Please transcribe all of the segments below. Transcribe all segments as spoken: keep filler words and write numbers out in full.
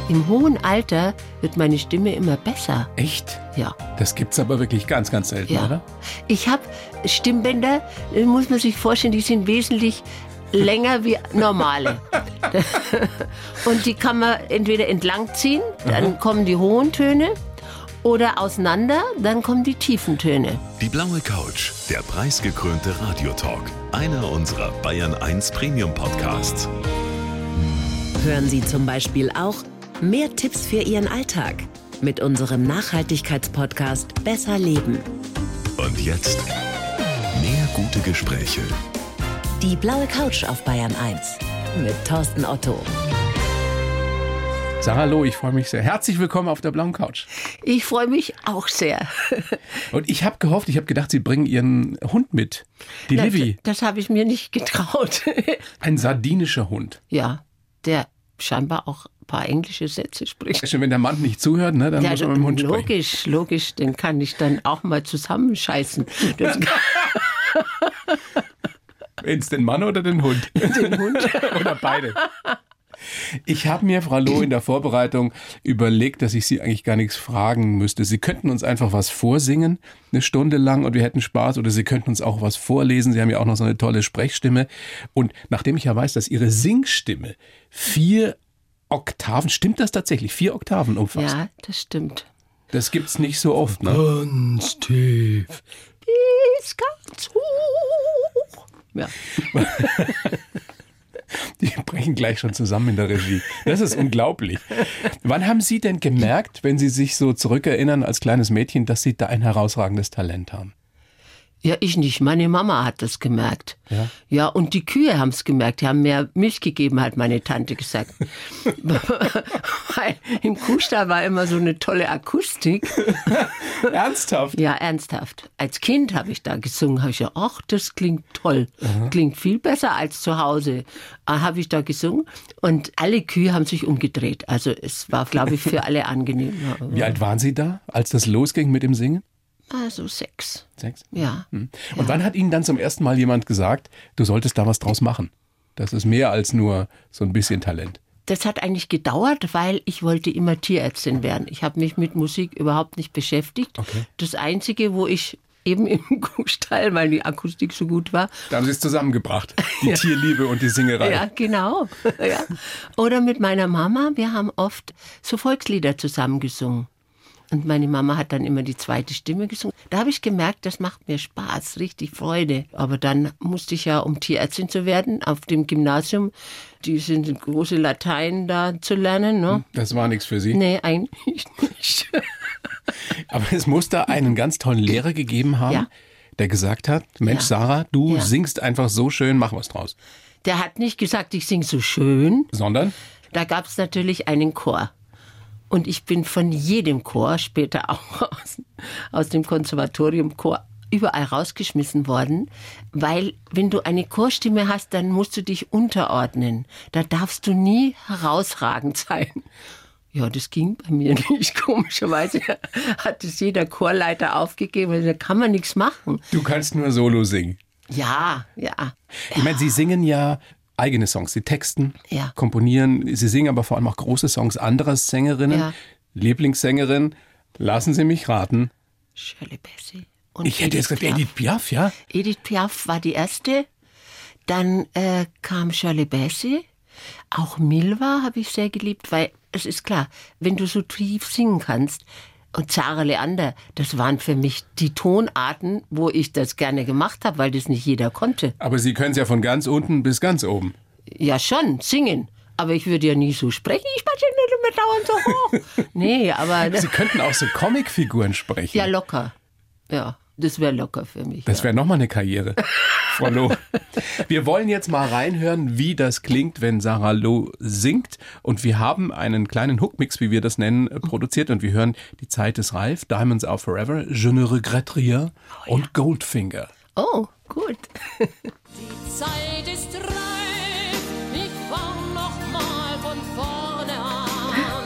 im hohen Alter wird meine Stimme immer besser. Echt? Ja. Das gibt's aber wirklich ganz, ganz selten, Ja. oder? Ich habe Stimmbänder, äh, muss man sich vorstellen, die sind wesentlich länger wie normale. Und die kann man entweder entlang ziehen, dann Aha. kommen die hohen Töne, oder auseinander, dann kommen die tiefen Töne. Die blaue Couch, der preisgekrönte Radiotalk. Einer unserer Bayern eins Premium Podcasts. Hören Sie zum Beispiel auch mehr Tipps für Ihren Alltag mit unserem Nachhaltigkeitspodcast Besser Leben. Und jetzt mehr gute Gespräche. Die blaue Couch auf Bayern eins mit Thorsten Otto. Sarah Loh, ich freue mich sehr. Herzlich willkommen auf der blauen Couch. Ich freue mich auch sehr. Und ich habe gehofft, ich habe gedacht, Sie bringen Ihren Hund mit. Die Na, Livy. Das habe ich mir nicht getraut. Ein sardinischer Hund. Ja, der scheinbar auch ein paar englische Sätze spricht. Wenn der Mann nicht zuhört, ne, dann Ja, muss man mit dem Hund sprechen. logisch, logisch, den kann ich dann auch mal zusammenscheißen. Das Ins den Mann oder den Hund? den Hund. Oder beide. Ich habe mir, Frau Loh, in der Vorbereitung überlegt, dass ich Sie eigentlich gar nichts fragen müsste. Sie könnten uns einfach was vorsingen, eine Stunde lang, und wir hätten Spaß. Oder Sie könnten uns auch was vorlesen. Sie haben ja auch noch so eine tolle Sprechstimme. Und nachdem ich ja weiß, dass Ihre Singstimme vier Oktaven, stimmt das tatsächlich? Vier Oktaven umfasst? Ja, das stimmt. Das gibt's nicht so oft, ne? Ganz tief, bis ganz hoch. Ja. Die brechen gleich schon zusammen in der Regie. Das ist unglaublich. Wann haben Sie denn gemerkt, wenn Sie sich so zurückerinnern als kleines Mädchen, dass Sie da ein herausragendes Talent haben? Ja, ich nicht. Meine Mama hat das gemerkt. Ja? Ja, und die Kühe haben es gemerkt. Die haben mehr Milch gegeben, hat meine Tante gesagt. Weil im Kuhstall war immer so eine tolle Akustik. Ernsthaft? Ja, ernsthaft. Als Kind habe ich da gesungen. Habe ich ja, ach, das klingt toll. Aha. Klingt viel besser als zu Hause. Habe ich da gesungen. Und alle Kühe haben sich umgedreht. Also es war, glaube ich, für alle angenehm. Wie alt waren Sie da, als das losging mit dem Singen? Also sechs. Sechs? Ja. Hm. Und ja. wann hat Ihnen dann zum ersten Mal jemand gesagt, du solltest da was draus machen? Das ist mehr als nur so ein bisschen Talent. Das hat eigentlich gedauert, weil ich wollte immer Tierärztin werden. Ich habe mich mit Musik überhaupt nicht beschäftigt. Okay. Das Einzige, wo ich eben im Kuhstall, weil die Akustik so gut war. Da haben Sie es zusammengebracht, die ja. Tierliebe und die Singerei. Ja, genau. Ja. Oder mit meiner Mama, wir haben oft so Volkslieder zusammengesungen. Und meine Mama hat dann immer die zweite Stimme gesungen. Da habe ich gemerkt, das macht mir Spaß, richtig Freude. Aber dann musste ich ja, um Tierärztin zu werden, auf dem Gymnasium, die sind große Latein da zu lernen. Ne? Das war nichts für Sie? Nee, eigentlich nicht. Aber es muss da einen ganz tollen Lehrer gegeben haben, ja. der gesagt hat, Mensch, ja. Sarah, du ja. singst einfach so schön, mach was draus. Der hat nicht gesagt, ich sing so schön. Sondern? Da gab es natürlich einen Chor. Und ich bin von jedem Chor, später auch aus, aus dem Konservatoriumchor, überall rausgeschmissen worden, weil wenn du eine Chorstimme hast, dann musst du dich unterordnen. Da darfst du nie herausragend sein. Ja, das ging bei mir nicht. Komischerweise hat es jeder Chorleiter aufgegeben. Da kann man nichts machen. Du kannst nur Solo singen. Ja, ja. Ich meine, Sie singen ja eigene Songs, Sie texten, ja. komponieren. Sie singen aber vor allem auch große Songs anderer Sängerinnen. Ja. Lieblingssängerin, lassen Sie mich raten. Shirley Bassey. Und ich hätte jetzt gesagt Edith Piaf, ja? Edith Piaf war die erste. Dann äh, kam Shirley Bassey. Auch Milva habe ich sehr geliebt, weil es ist klar, wenn du so tief singen kannst. Und Zara Leander, das waren für mich die Tonarten, wo ich das gerne gemacht habe, weil das nicht jeder konnte. Aber Sie können es ja von ganz unten bis ganz oben. Ja schon, singen. Aber ich würde ja nie so sprechen. Ich spreche nicht immer dauernd so hoch. Nee, aber... Sie könnten auch so Comicfiguren sprechen. Ja, locker. Ja, das wäre locker für mich. Das wäre ja. nochmal eine Karriere, Frau Loh. Wir wollen jetzt mal reinhören, wie das klingt, wenn Sarah Loh singt. Und wir haben einen kleinen Hookmix, wie wir das nennen, produziert. Und wir hören Die Zeit ist reif, Diamonds Are Forever, Je ne regrette rien oh, ja. und Goldfinger. Oh, gut. Die Zeit ist reif, ich fang noch mal von vorne an.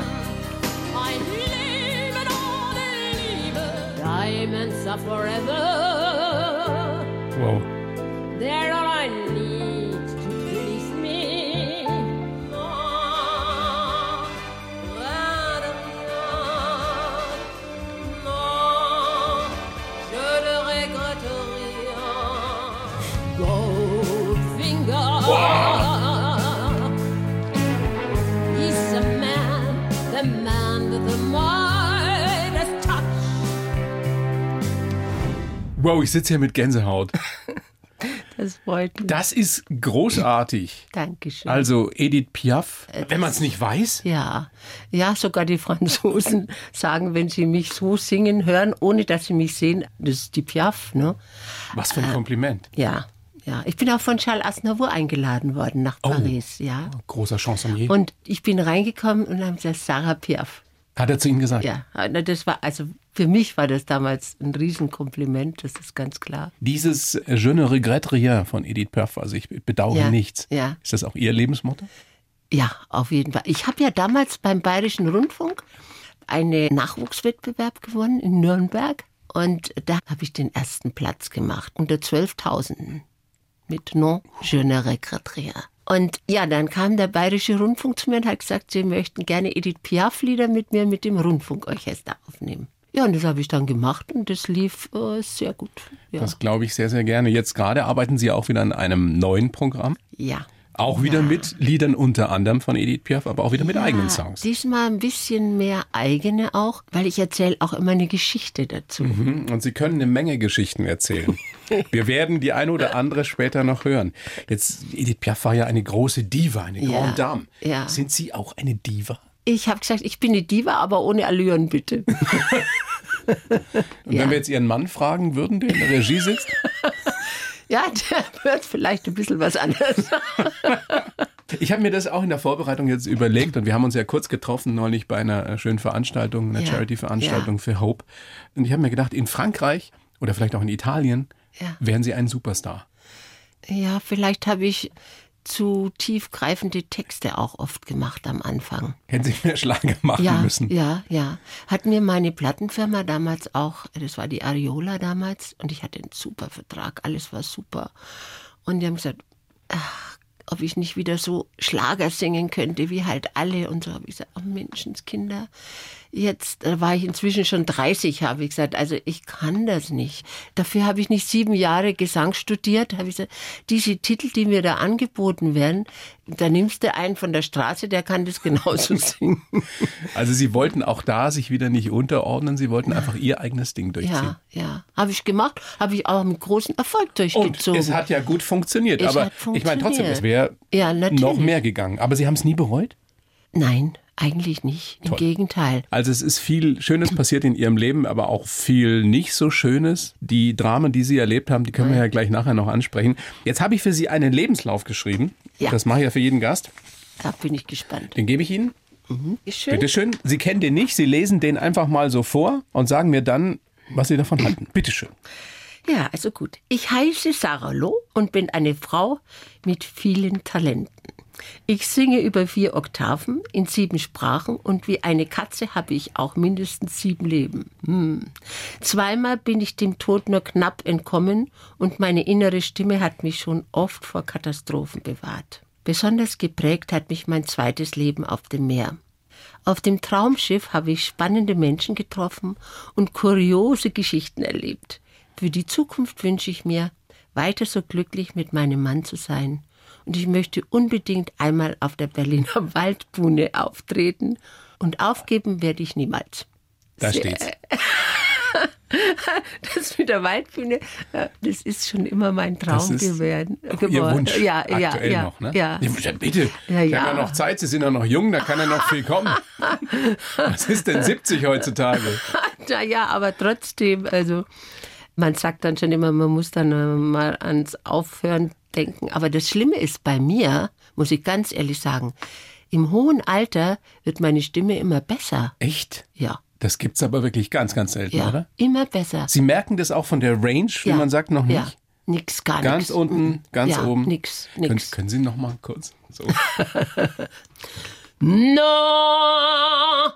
Ein Leben ohne Liebe, Diamonds are forever. Wow. They're all I need to please me. Oh, Wow, ich sitze hier mit Gänsehaut. Das freut mich. Das ist großartig. Dankeschön. Also Edith Piaf, wenn man es nicht weiß. Ja, ja, sogar die Franzosen sagen, wenn sie mich so singen hören, ohne dass sie mich sehen, das ist die Piaf, ne? Was für ein Kompliment. Ja, ja. Ich bin auch von Charles Aznavour eingeladen worden nach Paris, ja. Großer Chansonnier. Und ich bin reingekommen und haben gesagt, Sarah Piaf. Hat er zu Ihnen gesagt? Ja, das war, also für mich war das damals ein Riesenkompliment, das ist ganz klar. Dieses Je ne regrette rien von Edith Piaf, also ich bedauere Ja, nichts. ja. Ist das auch Ihr Lebensmotto? Ja, auf jeden Fall. Ich habe ja damals beim Bayerischen Rundfunk einen Nachwuchswettbewerb gewonnen in Nürnberg und da habe ich den ersten Platz gemacht unter zwölftausend mit Non, je ne regrette rien. Und ja, dann kam der Bayerische Rundfunk zu mir und hat gesagt, sie möchten gerne Edith Piaf-Lieder mit mir mit dem Rundfunkorchester aufnehmen. Ja, und das habe ich dann gemacht und das lief äh, sehr gut. Ja. Das glaube ich sehr, sehr gerne. Jetzt gerade arbeiten Sie auch wieder an einem neuen Programm. Ja. Auch wieder Ja. mit Liedern unter anderem von Edith Piaf, aber auch wieder mit Ja, eigenen Songs. Diesmal ein bisschen mehr eigene auch, weil ich erzähle auch immer eine Geschichte dazu. Mhm, und Sie können eine Menge Geschichten erzählen. Wir werden die eine oder andere später noch hören. Jetzt, Edith Piaf war ja eine große Diva, eine Ja, Grande Dame. ja. Sind Sie auch eine Diva? Ich habe gesagt, ich bin eine Diva, aber ohne Allüren bitte. Und Ja. wenn wir jetzt Ihren Mann fragen würden, der in der Regie sitzt? Ja, der hört vielleicht ein bisschen was anderes. Ich habe mir das auch in der Vorbereitung jetzt überlegt und wir haben uns ja kurz getroffen neulich bei einer schönen Veranstaltung, einer Ja, Charity-Veranstaltung ja. für Hope. Und ich habe mir gedacht, in Frankreich oder vielleicht auch in Italien Ja. wären Sie ein Superstar. Ja, vielleicht habe ich zu tiefgreifende Texte auch oft gemacht am Anfang. Hätten Sie mehr Schlager machen Ja, müssen. ja, ja. Hat mir meine Plattenfirma damals auch, das war die Ariola damals, und ich hatte einen super Vertrag, alles war super. Und die haben gesagt, ach, ob ich nicht wieder so Schlager singen könnte, wie halt alle. Und so habe ich gesagt, oh Menschenskinder, jetzt da war ich inzwischen schon dreißig, habe ich gesagt, also ich kann das nicht. Dafür habe ich nicht sieben Jahre Gesang studiert. Habe ich gesagt, diese Titel, die mir da angeboten werden, da nimmst du einen von der Straße, der kann das genauso singen. Also Sie wollten auch da sich wieder nicht unterordnen, Sie wollten einfach Ihr eigenes Ding durchziehen. Ja, ja. Habe ich gemacht, habe ich auch mit großem Erfolg Und durchgezogen. es hat ja gut funktioniert, Es aber hat ich meine trotzdem, funktioniert. es wäre Ja, natürlich. noch mehr gegangen. Aber Sie haben es nie bereut? Nein, eigentlich nicht. Im Toll. Gegenteil. Also es ist viel Schönes passiert in Ihrem Leben, aber auch viel nicht so Schönes. Die Dramen, die Sie erlebt haben, die können wir ja gleich nachher noch ansprechen. Jetzt habe ich für Sie einen Lebenslauf geschrieben. Ja. Das mache ich ja für jeden Gast. Da bin ich gespannt. Den gebe ich Ihnen. Schön. Bitte schön. Sie kennen den nicht. Sie lesen den einfach mal so vor und sagen mir dann, was Sie davon halten. Bitte schön. Ja, also gut. Ich heiße Sarah Loh und bin eine Frau mit vielen Talenten. Ich singe über vier Oktaven in sieben Sprachen und wie eine Katze habe ich auch mindestens sieben Leben. Hm. Zweimal bin ich dem Tod nur knapp entkommen und meine innere Stimme hat mich schon oft vor Katastrophen bewahrt. Besonders geprägt hat mich mein zweites Leben auf dem Meer. Auf dem Traumschiff habe ich spannende Menschen getroffen und kuriose Geschichten erlebt. Für die Zukunft wünsche ich mir, weiter so glücklich mit meinem Mann zu sein. Und ich möchte unbedingt einmal auf der Berliner Waldbühne auftreten. Und aufgeben werde ich niemals. Da Sehr- steht's. Das mit der Waldbühne, äh, das ist schon immer mein Traum Das ist geworden. Ihr geworden. Wunsch Ja, ja, aktuell ja, noch, ne? ja. Ja, bitte, Ja, Sie ja. haben ja noch Zeit, Sie sind ja noch jung, da kann ja noch viel kommen. Was ist denn siebzig heutzutage? Na ja, aber trotzdem, also man sagt dann schon immer, man muss dann äh, mal ans Aufhören denken. Aber das Schlimme ist bei mir, muss ich ganz ehrlich sagen, im hohen Alter wird meine Stimme immer besser. Echt? Ja, Das gibt's aber wirklich ganz, ganz selten, ja, oder? immer besser. Sie merken das auch von der Range, wie Ja. man sagt, noch nicht? Ja, nix, gar Ganz nix. unten, ganz ja, oben. Nix, Können, nix. können Sie noch mal kurz? So. No,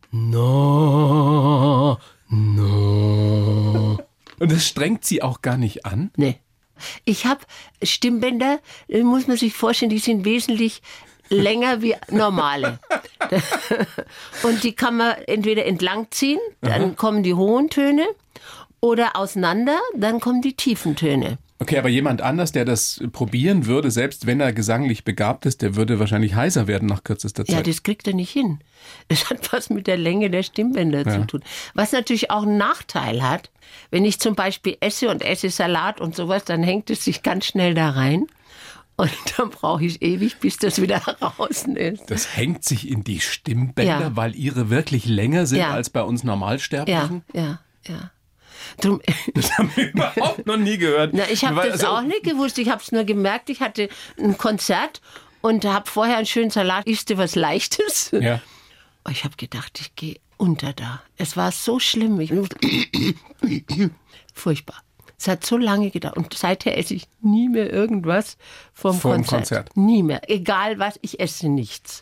no, no. Und das strengt Sie auch gar nicht an? Nee. Ich habe Stimmbänder, äh, muss man sich vorstellen, die sind wesentlich länger wie normale. Und die kann man entweder entlang ziehen, dann kommen die hohen Töne, oder auseinander, dann kommen die tiefen Töne. Okay, aber jemand anders, der das probieren würde, selbst wenn er gesanglich begabt ist, der würde wahrscheinlich heiser werden nach kürzester Zeit. Ja, das kriegt er nicht hin. Das hat was mit der Länge der Stimmbänder Ja. zu tun. Was natürlich auch einen Nachteil hat, wenn ich zum Beispiel esse und esse Salat und sowas, dann hängt es sich ganz schnell da rein. Und dann brauche ich ewig, bis das wieder draußen ist. Das hängt sich in die Stimmbänder, Ja. weil ihre wirklich länger sind Ja. als bei uns Ja, Normalsterblichen? ja, ja. Drum, Das haben wir überhaupt noch nie gehört. na, ich habe Weil, das also, auch nicht gewusst. Ich habe es nur gemerkt, ich hatte ein Konzert und habe vorher einen schönen Salat. Isst du was Leichtes? Ja. Ich habe gedacht, ich gehe unter da. Es war so schlimm. Ich, furchtbar. Es hat so lange gedauert. Und seither esse ich nie mehr irgendwas vom Vor dem Konzert. Konzert. Nie mehr. Egal was, ich esse nichts.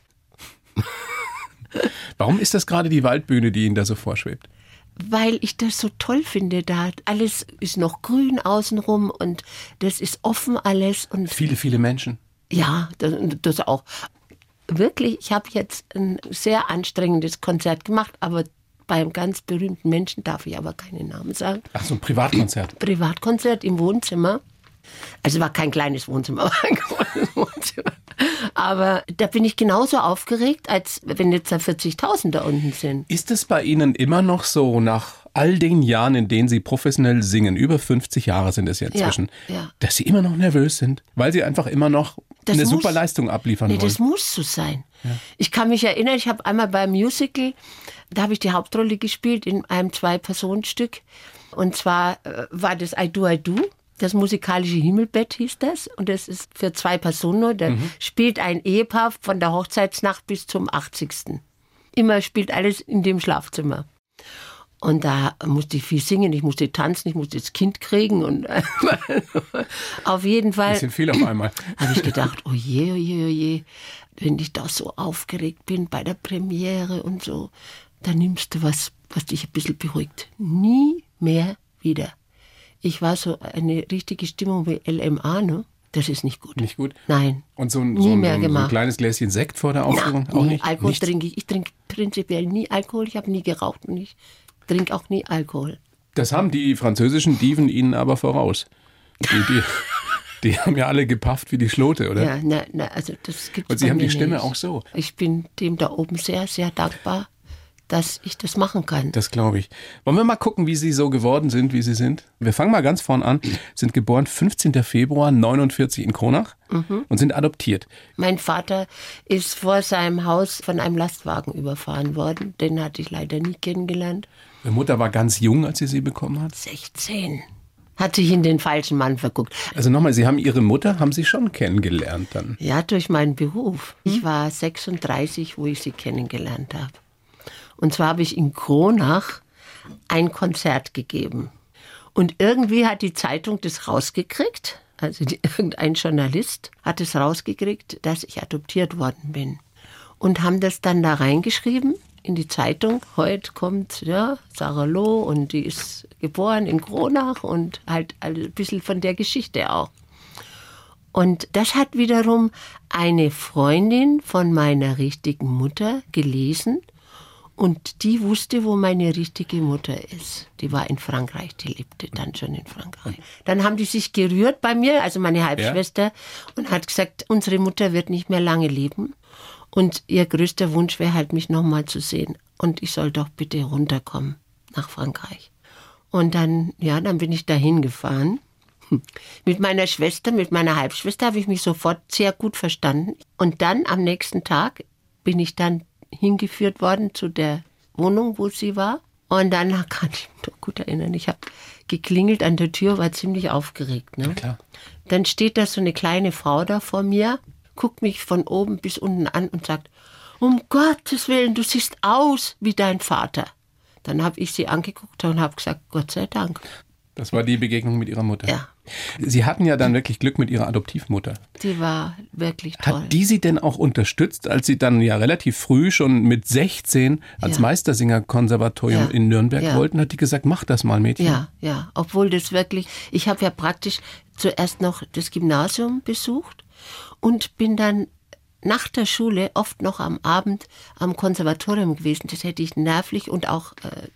Warum ist das gerade die Waldbühne, die Ihnen da so vorschwebt? Weil ich das so toll finde. Da alles ist noch grün außenrum und das ist offen alles. Und Viele, viele Menschen. ja, das, das auch. Wirklich, ich habe jetzt ein sehr anstrengendes Konzert gemacht, aber beim ganz berühmten Menschen darf ich aber keinen Namen sagen. Ach, so ein Privatkonzert. Privatkonzert im Wohnzimmer. Also war kein kleines Wohnzimmer, war ein großes Wohnzimmer. Aber da bin ich genauso aufgeregt, als wenn jetzt da vierzigtausend da unten sind. Ist es bei Ihnen immer noch so, nach all den Jahren, in denen Sie professionell singen, über fünfzig Jahre sind es ja inzwischen, Ja, ja. dass Sie immer noch nervös sind, weil Sie einfach immer noch Das eine muss- super Leistung abliefern Nee, wollen? das muss so sein. Ich kann mich erinnern, ich habe einmal beim Musical, da habe ich die Hauptrolle gespielt in einem Zwei-Personen-Stück. Und zwar äh, war das I Do, I Do. Das musikalische Himmelbett hieß das. Und das ist für zwei Personen nur. Da spielt ein Ehepaar von der Hochzeitsnacht bis zum achtzigsten Immer spielt alles in dem Schlafzimmer. Und da musste ich viel singen, ich musste tanzen, ich musste das Kind kriegen. Und auf jeden Fall Bisschen viel auf einmal. habe ich gedacht, oh je, oh je, oh je, wenn ich da so aufgeregt bin bei der Premiere und so, dann nimmst du was, was dich ein bisschen beruhigt. Nie mehr wieder. Ich war so eine richtige Stimmung wie L M A, ne? Das ist nicht gut. Nicht gut? Nein. Und so ein, Nie so ein, so mehr ein, so ein gemacht. kleines Gläschen Sekt vor der Aufführung? Ja, auch nie. nicht? Alkohol Nichts? trinke ich. Ich trinke prinzipiell nie Alkohol. Ich habe nie geraucht und ich trinke auch nie Alkohol. Das haben die französischen Diven Ihnen aber voraus. Die, die, die haben ja alle gepafft wie die Schlote, oder? Ja, na, na, also das gibt's Und Sie bei haben die mir Stimme nicht. auch so. Ich bin dem da oben sehr, sehr dankbar, dass ich das machen kann. Das glaube ich. Wollen wir mal gucken, wie Sie so geworden sind, wie Sie sind? Wir fangen mal ganz vorn an. Sind geboren fünfzehnten Februar neunundvierzig in Kronach und sind adoptiert. Mein Vater ist vor seinem Haus von einem Lastwagen überfahren worden. Den hatte ich leider nie kennengelernt. Ihre Mutter war ganz jung, als sie sie bekommen hat. sechzehn. Hat sich in den falschen Mann verguckt. Also nochmal, Sie haben Ihre Mutter, haben Sie schon kennengelernt dann? Ja, durch meinen Beruf. Ich war sechsunddreißig, wo ich sie kennengelernt habe. Und zwar habe ich in Kronach ein Konzert gegeben. Und irgendwie hat die Zeitung das rausgekriegt, also die, irgendein Journalist hat es rausgekriegt, dass ich adoptiert worden bin. Und haben das dann da reingeschrieben in die Zeitung. Heute kommt ja, Sarah Loh und die ist geboren in Kronach und halt ein bisschen von der Geschichte auch. Und das hat wiederum eine Freundin von meiner richtigen Mutter gelesen. Und die wusste, wo meine richtige Mutter ist. Die war in Frankreich, die lebte dann schon in Frankreich. Dann haben die sich gerührt bei mir, also meine Halbschwester, und hat gesagt, unsere Mutter wird nicht mehr lange leben. Und ihr größter Wunsch wäre halt, mich nochmal zu sehen. Und ich soll doch bitte runterkommen nach Frankreich. Und dann, ja, dann bin ich dahin gefahren. Mit meiner Schwester, mit meiner Halbschwester habe ich mich sofort sehr gut verstanden. Und dann am nächsten Tag bin ich dann hingeführt worden zu der Wohnung, wo sie war. Und dann kann ich mich noch gut erinnern, ich habe geklingelt an der Tür, war ziemlich aufgeregt. Ne? Ja, klar. Dann steht da so eine kleine Frau da vor mir, guckt mich von oben bis unten an und sagt, um Gottes Willen, du siehst aus wie dein Vater. Dann habe ich sie angeguckt und habe gesagt, Gott sei Dank. Das war die Begegnung mit Ihrer Mutter. Ja, Sie hatten ja dann wirklich Glück mit Ihrer Adoptivmutter. die war wirklich toll. Hat die Sie denn auch unterstützt, als Sie dann ja relativ früh schon mit sechzehn ans Ja. Meistersinger-Konservatorium Ja. in Nürnberg Ja. wollten? Hat die gesagt, mach das mal, Mädchen? Ja, ja, obwohl das wirklich, ich habe ja praktisch zuerst noch das Gymnasium besucht und bin dann nach der Schule oft noch am Abend am Konservatorium gewesen. Das hätte ich nervlich und auch äh,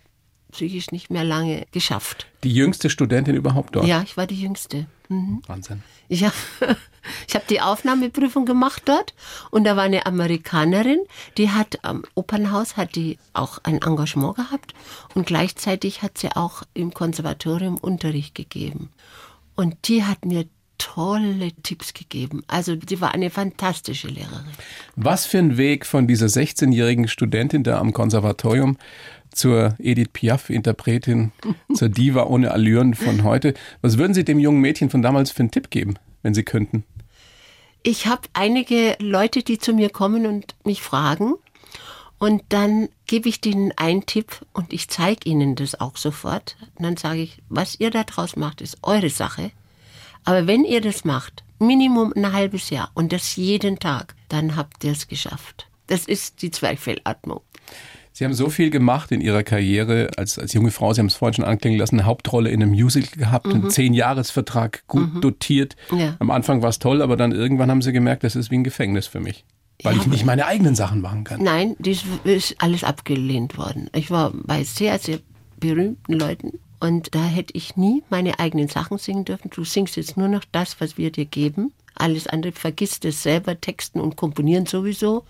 psychisch nicht mehr lange geschafft. Die jüngste Studentin überhaupt dort? Ja, ich war die Jüngste. Mhm. Wahnsinn. Ich habe ich hab die Aufnahmeprüfung gemacht dort und da war eine Amerikanerin, die hat am Opernhaus hat die auch ein Engagement gehabt und gleichzeitig hat sie auch im Konservatorium Unterricht gegeben. Und die hat mir tolle Tipps gegeben. Also sie war eine fantastische Lehrerin. Was für ein Weg von dieser sechzehnjährigen Studentin da am Konservatorium zur Edith Piaf-Interpretin, zur Diva ohne Allüren von heute. Was würden Sie dem jungen Mädchen von damals für einen Tipp geben, wenn Sie könnten? Ich habe einige Leute, die zu mir kommen und mich fragen. Und dann gebe ich denen einen Tipp und ich zeige ihnen das auch sofort. Und dann sage ich, was ihr da draus macht, ist eure Sache. Aber wenn ihr das macht, Minimum ein halbes Jahr und das jeden Tag, dann habt ihr es geschafft. Das ist die Zwerchfellatmung. Sie haben so viel gemacht in Ihrer Karriere als, als junge Frau. Sie haben es vorhin schon anklingen lassen, eine Hauptrolle in einem Musical gehabt, mhm. einen Zehn-Jahres-Vertrag, gut mhm. dotiert. Ja. Am Anfang war es toll, aber dann irgendwann haben Sie gemerkt, das ist wie ein Gefängnis für mich. Weil ja, ich nicht meine eigenen Sachen machen kann. Nein, das ist alles abgelehnt worden. Ich war bei sehr, sehr berühmten Leuten und da hätte ich nie meine eigenen Sachen singen dürfen. Du singst jetzt nur noch das, was wir dir geben. Alles andere vergisst es selber, texten und komponieren sowieso.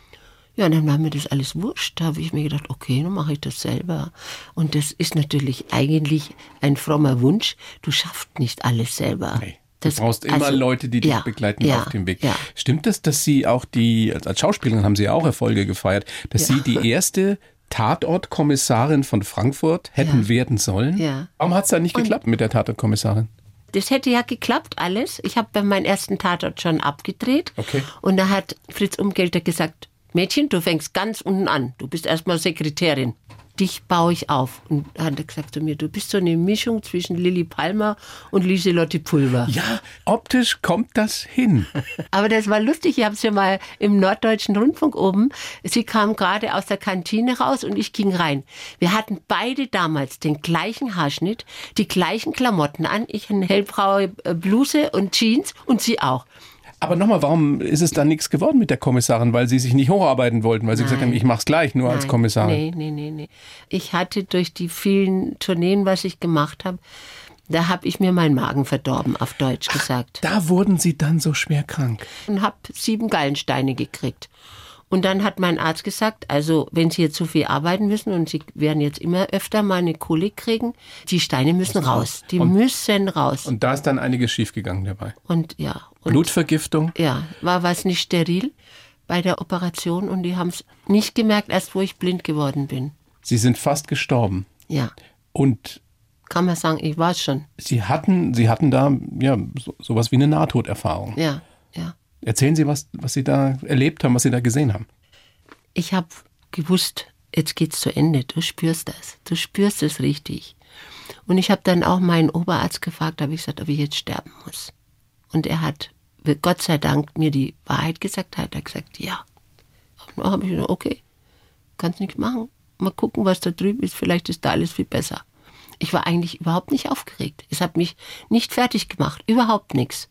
Ja, und dann war mir das alles wurscht. Da habe ich mir gedacht, okay, dann mache ich das selber. Und das ist natürlich eigentlich ein frommer Wunsch. Du schaffst nicht alles selber. Nee. Du das, brauchst immer also, Leute, die dich ja, begleiten ja, auf dem Weg. Ja. Stimmt es, dass Sie auch die, als Schauspielerin haben Sie ja auch Erfolge gefeiert, dass ja. Sie die erste Tatortkommissarin von Frankfurt hätten ja. werden sollen? Ja. Warum hat es da nicht Und geklappt mit der Tatortkommissarin? Das hätte ja geklappt alles. Ich habe bei meinem ersten Tatort schon abgedreht. Okay. Und da hat Fritz Umgelter gesagt, Mädchen, du fängst ganz unten an. Du bist erstmal Sekretärin. Dich baue ich auf. Und da hat er gesagt zu mir, du bist so eine Mischung zwischen Lilli Palmer und Lieselotte Pulver. Ja, optisch kommt das hin. Aber das war lustig. Ich habe es ja mal im Norddeutschen Rundfunk oben. Sie kam gerade aus der Kantine raus und ich ging rein. Wir hatten beide damals den gleichen Haarschnitt, die gleichen Klamotten an. Ich eine hellbraue Bluse und Jeans und sie auch. Aber nochmal, warum ist es dann nichts geworden mit der Kommissarin? Weil Sie sich nicht hocharbeiten wollten, weil Sie Nein. gesagt haben, ich mach's gleich, nur Nein. als Kommissarin. Nee, nee, nee, nee. Ich hatte durch die vielen Tourneen, was ich gemacht habe, da habe ich mir meinen Magen verdorben, auf Deutsch gesagt. Ach, da wurden Sie dann so schwer krank? Und habe sieben Gallensteine gekriegt. Und dann hat mein Arzt gesagt, also wenn Sie jetzt so viel arbeiten müssen und Sie werden jetzt immer öfter mal eine Kolik kriegen, die Steine müssen raus. Die und, müssen raus. Und da ist dann einiges schiefgegangen dabei. Und ja. Und, Blutvergiftung? Ja, war was nicht steril bei der Operation und die haben es nicht gemerkt, erst wo ich blind geworden bin. Sie sind fast gestorben? Ja. Und kann man sagen, ich war es schon. Sie hatten, Sie hatten da ja so, sowas wie eine Nahtoderfahrung. Ja, ja. Erzählen Sie, was, was Sie da erlebt haben, was Sie da gesehen haben. Ich habe gewusst, jetzt geht's zu Ende. Du spürst das. Du spürst es richtig. Und ich habe dann auch meinen Oberarzt gefragt, habe ich gesagt, ob ich jetzt sterben muss. Und er hat, Gott sei Dank, mir die Wahrheit gesagt. Hat er gesagt, ja. Und dann habe ich gesagt, okay, kannst nichts machen. Mal gucken, was da drüben ist. Vielleicht ist da alles viel besser. Ich war eigentlich überhaupt nicht aufgeregt. Es hat mich nicht fertig gemacht. Überhaupt nichts.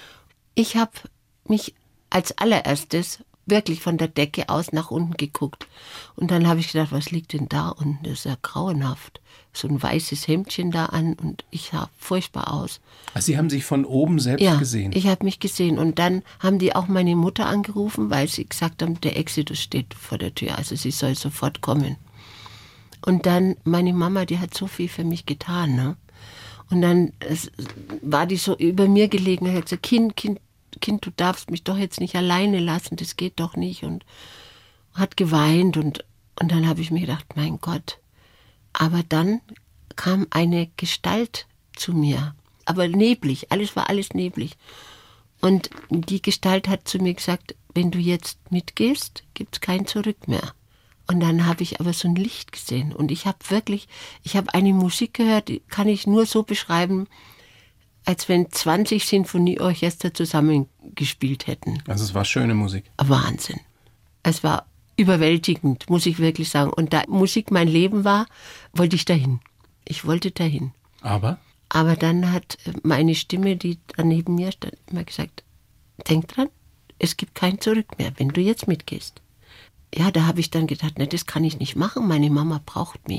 Ich habe mich als allererstes wirklich von der Decke aus nach unten geguckt. Und dann habe ich gedacht, was liegt denn da unten? Das ist ja grauenhaft. So ein weißes Hemdchen da an und ich sah furchtbar aus. Also Sie haben sich von oben selbst ja, gesehen? Ja, ich habe mich gesehen. Und dann haben die auch meine Mutter angerufen, weil sie gesagt haben, der Exitus steht vor der Tür, also sie soll sofort kommen. Und dann, meine Mama, die hat so viel für mich getan. Ne? Und dann es, war die so über mir gelegen und hat gesagt, Kind, Kind, Kind, du darfst mich doch jetzt nicht alleine lassen, das geht doch nicht. Und hat geweint und, und dann habe ich mir gedacht, mein Gott. Aber dann kam eine Gestalt zu mir, aber neblig, alles war alles neblig. Und die Gestalt hat zu mir gesagt, wenn du jetzt mitgehst, gibt es kein Zurück mehr. Und dann habe ich aber so ein Licht gesehen und ich habe wirklich, ich habe eine Musik gehört, die kann ich nur so beschreiben, als wenn zwanzig Sinfonieorchester zusammengespielt hätten. Also es war schöne Musik. Wahnsinn. Es war überwältigend, muss ich wirklich sagen. Und da Musik mein Leben war, wollte ich dahin. Ich wollte dahin. Aber? Aber dann hat meine Stimme, die da neben mir stand, immer gesagt, denk dran, es gibt kein Zurück mehr, wenn du jetzt mitgehst. Ja, da habe ich dann gedacht, ne, das kann ich nicht machen, meine Mama braucht mich.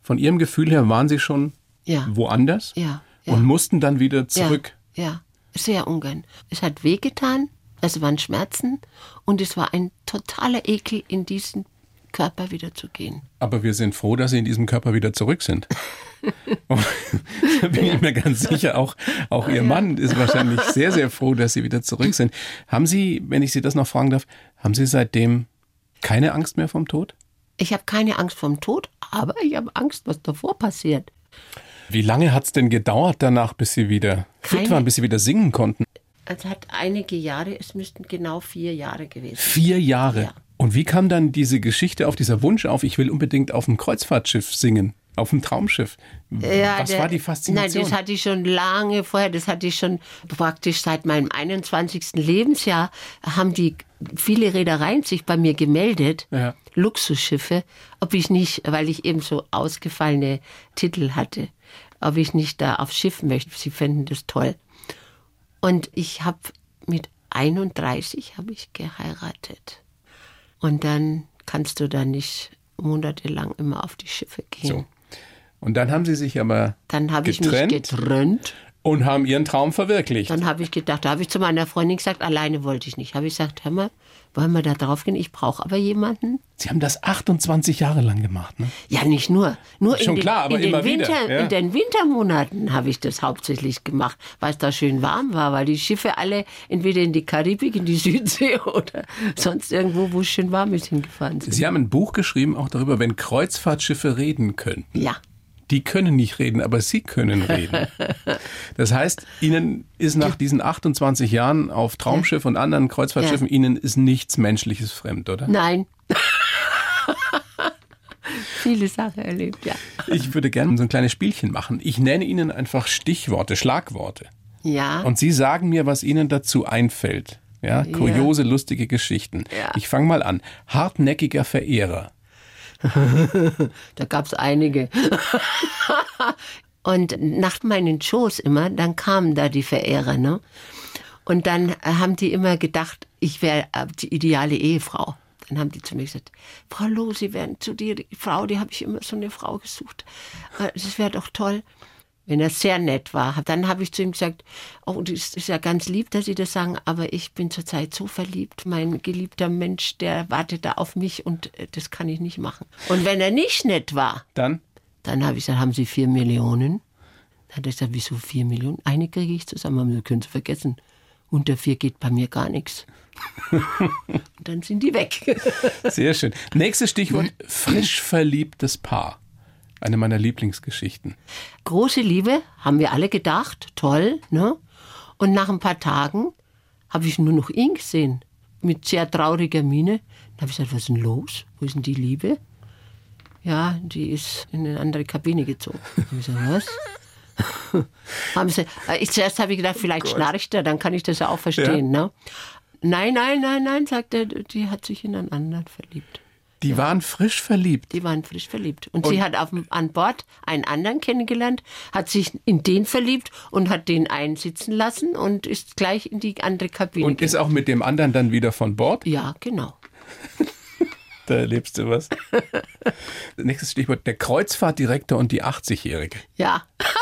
von Ihrem Gefühl her waren Sie schon Ja. woanders Ja, ja. und mussten dann wieder zurück. Ja, ja, sehr ungern. Es hat wehgetan, es waren Schmerzen und es war ein totaler Ekel, in diesen Körper wieder zu gehen. Aber wir sind froh, dass Sie in diesem Körper wieder zurück sind. Und da bin ich mir ganz sicher, auch, auch Ihr Mann ist wahrscheinlich sehr, sehr froh, dass Sie wieder zurück sind. Haben Sie, wenn ich Sie das noch fragen darf, haben Sie seitdem keine Angst mehr vom Tod? Ich habe keine Angst vom Tod, aber ich habe Angst, was davor passiert. Wie lange hat es denn gedauert danach, bis Sie wieder fit Keine- waren, bis Sie wieder singen konnten? Es hat einige Jahre, es müssten genau vier Jahre gewesen sein. Vier Jahre. Ja. Und wie kam dann diese Geschichte auf, dieser Wunsch auf, ich will unbedingt auf dem Kreuzfahrtschiff singen, auf dem Traumschiff? Ja, Was der- war die Faszination? Nein, das hatte ich schon lange vorher, das hatte ich schon praktisch seit meinem einundzwanzigsten Lebensjahr, haben die viele Reedereien sich bei mir gemeldet, Ja. Luxusschiffe, ob ich nicht, weil ich eben so ausgefallene Titel hatte, ob ich nicht da aufs Schiff möchte. Sie fänden das toll. Und ich habe mit einunddreißig habe ich geheiratet. Und dann kannst du da nicht monatelang immer auf die Schiffe gehen. So. Und dann haben Sie sich aber Dann habe ich mich getrennt getrennt. und haben Ihren Traum verwirklicht. Dann habe ich gedacht, da habe ich zu meiner Freundin gesagt, alleine wollte ich nicht. Habe ich gesagt, hör mal, wollen wir da drauf gehen? Ich brauche aber jemanden. Sie haben das achtundzwanzig Jahre lang gemacht, ne? Ja, nicht nur. Nur Schon in den, klar, aber in den immer wieder, Winter, ja. in den Wintermonaten habe ich das hauptsächlich gemacht, weil es da schön warm war, weil die Schiffe alle entweder in die Karibik, in die Südsee oder sonst irgendwo, wo es schön warm ist, hingefahren sind. Sie haben ein Buch geschrieben, auch darüber, wenn Kreuzfahrtschiffe reden könnten. Ja. Die können nicht reden, aber Sie können reden. Das heißt, Ihnen ist nach diesen achtundzwanzig Jahren auf Traumschiff und anderen Kreuzfahrtschiffen, Ihnen ist nichts Menschliches fremd, oder? Nein. Viele Sachen erlebt, ja. Ich würde gerne so ein kleines Spielchen machen. Ich nenne Ihnen einfach Stichworte, Schlagworte. Ja. Und Sie sagen mir, was Ihnen dazu einfällt. Ja, kuriose, lustige Geschichten. Ja. Ich fange mal an. Hartnäckiger Verehrer. Da gab es einige. Und nach meinen Shows immer, dann kamen da die Verehrer, ne? Und dann äh, haben die immer gedacht, ich wäre äh, die ideale Ehefrau. Dann haben die zu mir gesagt, Frau Loh, Sie wären zu dir die Frau, die habe ich immer so eine Frau gesucht. Äh, Das wäre doch toll. Wenn er sehr nett war, dann habe ich zu ihm gesagt, oh, das ist ja ganz lieb, dass Sie das sagen, aber ich bin zurzeit so verliebt. Mein geliebter Mensch, der wartet da auf mich und äh, das kann ich nicht machen. Und wenn er nicht nett war, Dann? dann habe ich gesagt, haben Sie vier Millionen? Dann hat er gesagt, wieso vier Millionen? Eine kriege ich zusammen, aber können Sie vergessen. Unter vier geht bei mir gar nichts. Und dann sind die weg. Sehr schön. Nächstes Stichwort, frisch verliebtes Paar. Eine meiner Lieblingsgeschichten. Große Liebe, haben wir alle gedacht, toll, ne? Und nach ein paar Tagen habe ich nur noch ihn gesehen, mit sehr trauriger Miene. Dann habe ich gesagt, was ist denn los? Wo ist denn die Liebe? Ja, die ist in eine andere Kabine gezogen. Dann habe ich gesagt, was? haben sie, äh, ich, zuerst habe ich gedacht, vielleicht schnarcht er, dann kann ich das ja auch verstehen. Ne? Nein, nein, nein, nein, sagt er, die hat sich in einen anderen verliebt. Die waren frisch verliebt. Die waren frisch verliebt. Und, sie hat auf, dem- an Bord einen anderen kennengelernt, hat sich in den verliebt und hat den einsitzen lassen und ist gleich in die andere Kabine Und ist auch mit dem anderen dann wieder von Bord. Ja, genau. Da erlebst du was. Nächstes Stichwort, der Kreuzfahrtdirektor und die achtzigjährige. Ja.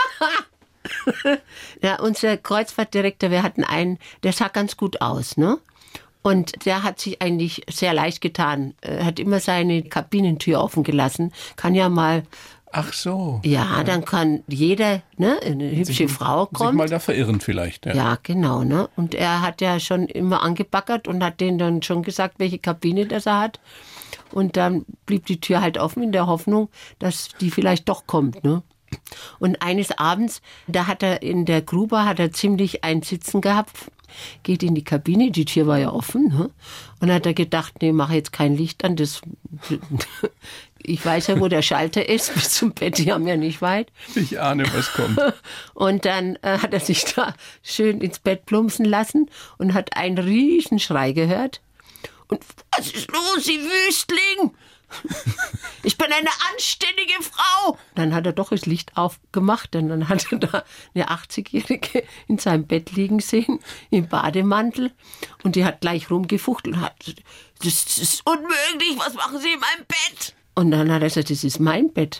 Ja, unser Kreuzfahrtdirektor, wir hatten einen, der sah ganz gut aus, ne? Und der hat sich eigentlich sehr leicht getan. Er hat immer seine Kabinentür offen gelassen. Kann ja mal, Ach so. ja, dann kann jeder, ne, eine hübsche Frau Sich kommt. mal da verirren vielleicht. Ja. Ja, genau, ne? Und er hat ja schon immer angebackert und hat denen dann schon gesagt, welche Kabine das er hat. Und dann blieb die Tür halt offen in der Hoffnung, dass die vielleicht doch kommt, ne? Und eines Abends, da hat er in der Gruber hat er ziemlich ein Sitzen gehabt, geht in die Kabine, die Tür war ja offen, ne? Und hat er gedacht, nee, mach jetzt kein Licht an, das, ich weiß ja, wo der Schalter ist, bis zum Bett, die haben ja nicht weit. Ich ahne, was kommt. Und dann äh, hat er sich da schön ins Bett plumpsen lassen und hat einen Riesenschrei gehört. Und was ist los, Sie Wüstling? Ich bin eine anständige Frau. Dann hat er doch das Licht aufgemacht und dann hat er da eine achtzigjährige in seinem Bett liegen sehen, im Bademantel. Und die hat gleich rumgefuchtelt und hat, das ist unmöglich, was machen Sie in meinem Bett? Und dann hat er gesagt, das ist mein Bett.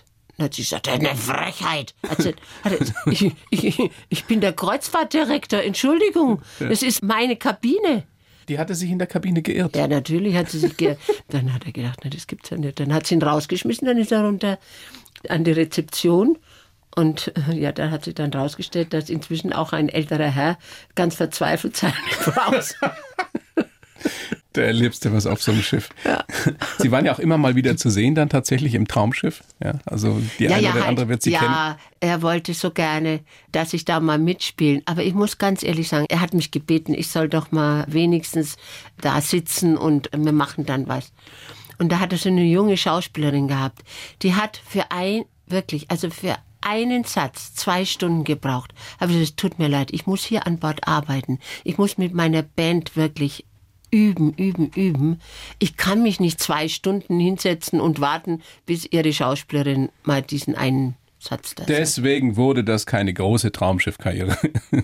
Dann hat sie gesagt, eine Frechheit. Hat sie, hat er, ich, ich, ich bin der Kreuzfahrtdirektor, Entschuldigung, das ist meine Kabine. Die hatte sich in der Kabine geirrt. Ja, natürlich hat sie sich geirrt. Dann hat er gedacht, na, das gibt's ja nicht. Dann hat sie ihn rausgeschmissen, dann ist er runter an die Rezeption. Und ja, da hat sich dann rausgestellt, dass inzwischen auch ein älterer Herr ganz verzweifelt seine Frau sagt. Der erlebst du was auf so einem Schiff. Ja. Sie waren ja auch immer mal wieder zu sehen, dann tatsächlich im Traumschiff. Ja, also die ja, eine ja, oder halt, andere wird sie ja, kennen. Ja, er wollte so gerne, dass ich da mal mitspielen. Aber ich muss ganz ehrlich sagen, er hat mich gebeten, ich soll doch mal wenigstens da sitzen und wir machen dann was. Und da hat er so eine junge Schauspielerin gehabt. Die hat für ein, wirklich, also für einen Satz zwei Stunden gebraucht. Aber es tut mir leid, ich muss hier an Bord arbeiten. Ich muss mit meiner Band wirklich üben, üben, üben. Ich kann mich nicht zwei Stunden hinsetzen und warten, bis ihre Schauspielerin mal diesen einen Satz da sagt. Deswegen wurde das keine große Traumschiffkarriere.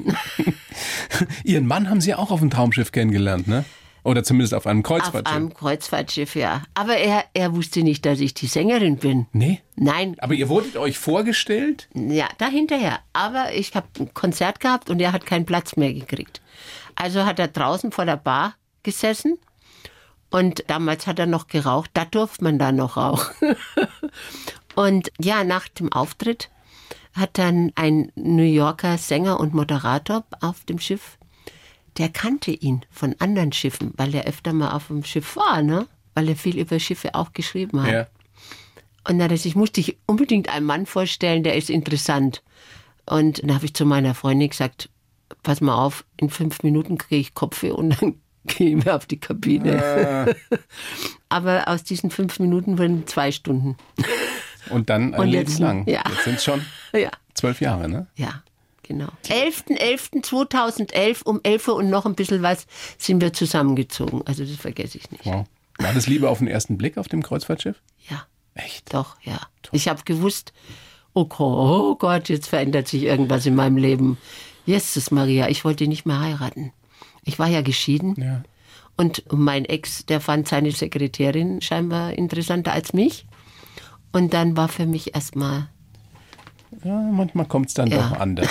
Ihren Mann haben Sie auch auf einem Traumschiff kennengelernt, ne? Oder zumindest auf einem Kreuzfahrtschiff. Auf einem Kreuzfahrtschiff, ja. Aber er, er wusste nicht, dass ich die Sängerin bin. Nee? Nein. Aber ihr wurdet euch vorgestellt? Ja, dahinterher. Aber ich habe ein Konzert gehabt und er hat keinen Platz mehr gekriegt. Also hat er draußen vor der Bar gesessen und damals hat er noch geraucht. Da durfte man dann noch rauchen. Und ja, nach dem Auftritt hat dann ein New Yorker Sänger und Moderator auf dem Schiff, der kannte ihn von anderen Schiffen, weil er öfter mal auf dem Schiff war, ne? Weil er viel über Schiffe auch geschrieben hat. Ja. Und dann hat er sich, musste ich unbedingt einen Mann vorstellen, der ist interessant. Und dann habe ich zu meiner Freundin gesagt, pass mal auf, in fünf Minuten kriege ich Kopfweh und dann gehe ich mir auf die Kabine. Äh. Aber aus diesen fünf Minuten wurden zwei Stunden. Und dann ein Und Leben jetzt- lang. ja. Jetzt sind es schon Ja, zwölf Jahre, ne? ja. Genau. elfter elfter zweitausendelf um elf Uhr und noch ein bisschen was sind wir zusammengezogen. Also das vergesse ich nicht. Wow. War das Liebe auf den ersten Blick auf dem Kreuzfahrtschiff? Ja, Echt? doch, ja. Ich habe gewusst, oh Gott, oh Gott, jetzt verändert sich irgendwas in meinem Leben. Jesus Maria, ich wollte nicht mehr heiraten. Ich war ja geschieden. Ja. Und mein Ex, der fand seine Sekretärin scheinbar interessanter als mich. Und dann war für mich erstmal, Ja, manchmal kommt es dann Ja. doch anders.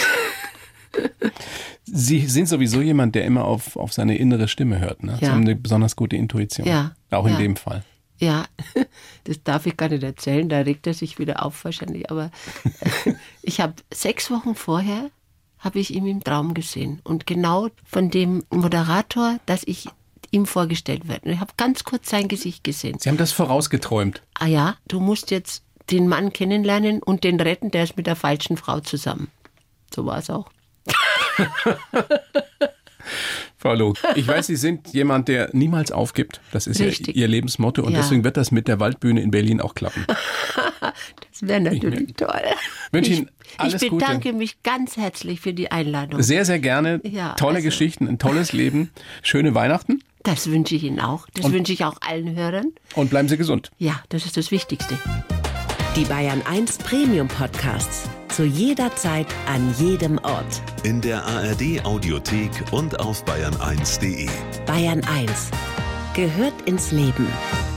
Sie sind sowieso jemand, der immer auf, auf seine innere Stimme hört. Ne? Sie Ja. haben eine besonders gute Intuition. Ja. Auch in Ja. dem Fall. ja, das darf ich gar nicht erzählen, da regt er sich wieder auf wahrscheinlich. Aber ich habe sechs Wochen vorher, habe ich ihn im Traum gesehen. Und genau von dem Moderator, dass ich ihm vorgestellt werde. Und ich habe ganz kurz sein Gesicht gesehen. Sie haben das vorausgeträumt. Ah ja, du musst jetzt den Mann kennenlernen und den retten, der ist mit der falschen Frau zusammen. So war es auch. Frau Loh, ich weiß, Sie sind jemand, der niemals aufgibt. Das ist Richtig. ja Ihr Lebensmotto. Und Ja. deswegen wird das mit der Waldbühne in Berlin auch klappen. Das wäre natürlich toll. Wünsche ich, Ihnen alles ich Gute. bedanke mich ganz herzlich für die Einladung. Sehr, sehr gerne. Ja, Tolle also- Geschichten, ein tolles Leben. Schöne Weihnachten Das wünsche ich Ihnen auch. Das Und- wünsche ich auch allen Hörern. und bleiben Sie gesund. Ja, das ist das Wichtigste. Die Bayern eins Premium Podcasts. Zu jeder Zeit, an jedem Ort. In der A R D Audiothek und auf bayern eins punkt de. Bayern eins gehört ins Leben.